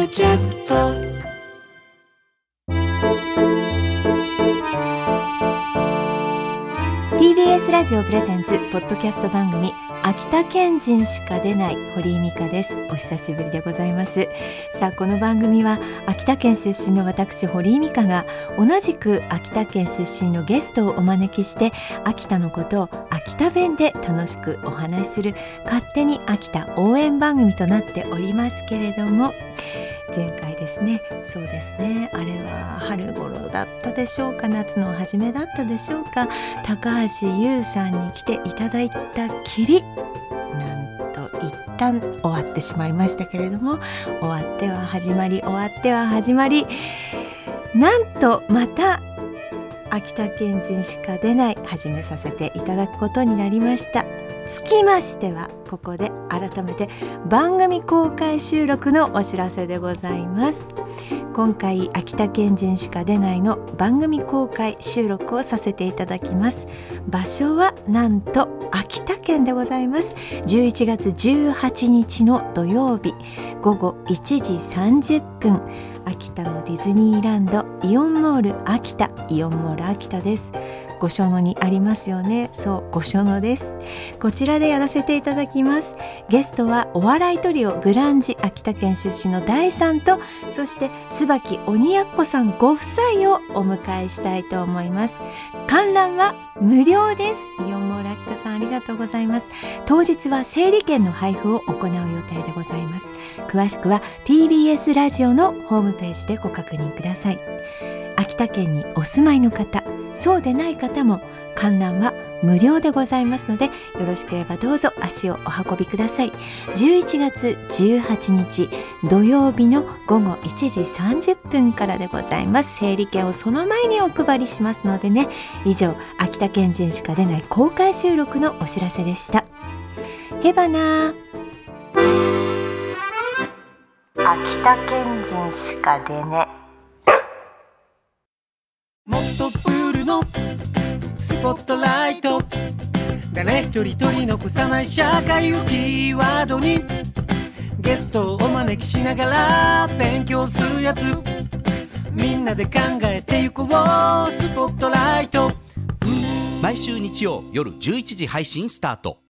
ドキャスト。 TBS ラジオプレゼンツポッドキャスト番組秋田県人しか出ない堀井美香です。お久しぶりでございます。さあ、この番組は秋田県出身の私堀井美香が同じく秋田県出身のゲストをお招きして秋田のことを秋田弁で楽しくお話しする勝手に秋田応援番組となっておりますけれども、前回ですね、そうですね、あれは春頃だったでしょうか、夏の初めだったでしょうか、高橋優さんに来ていただいたきり、なんと一旦終わってしまいましたけれども、終わっては始まり終わっては始まり、なんとまた秋田県人しか出ない始めさせていただくことになりました。つきましてはここで改めて番組公開収録のお知らせでございます。今回秋田県人しか出ないの番組公開収録をさせていただきます。場所はなんと秋田県でございます。11月18日の土曜日午後1時30分、秋田のディズニーランドイオンモール秋田、イオンモール秋田です。御所野にありますよね。そう、御所野です。こちらでやらせていただきます。ゲストはお笑いトリオグランジ秋田県出身の大さんと、そして椿鬼奴さんご夫妻をお迎えしたいと思います。観覧は無料です。イオンモール秋田さん、ありがとうございます。当日は整理券の配布を行う予定でございます。詳しくは TBS ラジオのホームページでご確認ください。秋田県にお住まいの方、そうでない方も観覧は無料でございますので、よろしければどうぞ足をお運びください。11月18日土曜日の午後1時30分からでございます。整理券をその前にお配りしますのでね。以上、秋田県人しか出ない公開収録のお知らせでした。へばな。秋田県人しか出ね。 もっとプールのスポットライト、誰一人取り残さない社会をキーワードに、ゲストをお招きしながら勉強するやつ、みんなで考えてゆこうスポットライト。 毎週日曜夜11時配信スタート。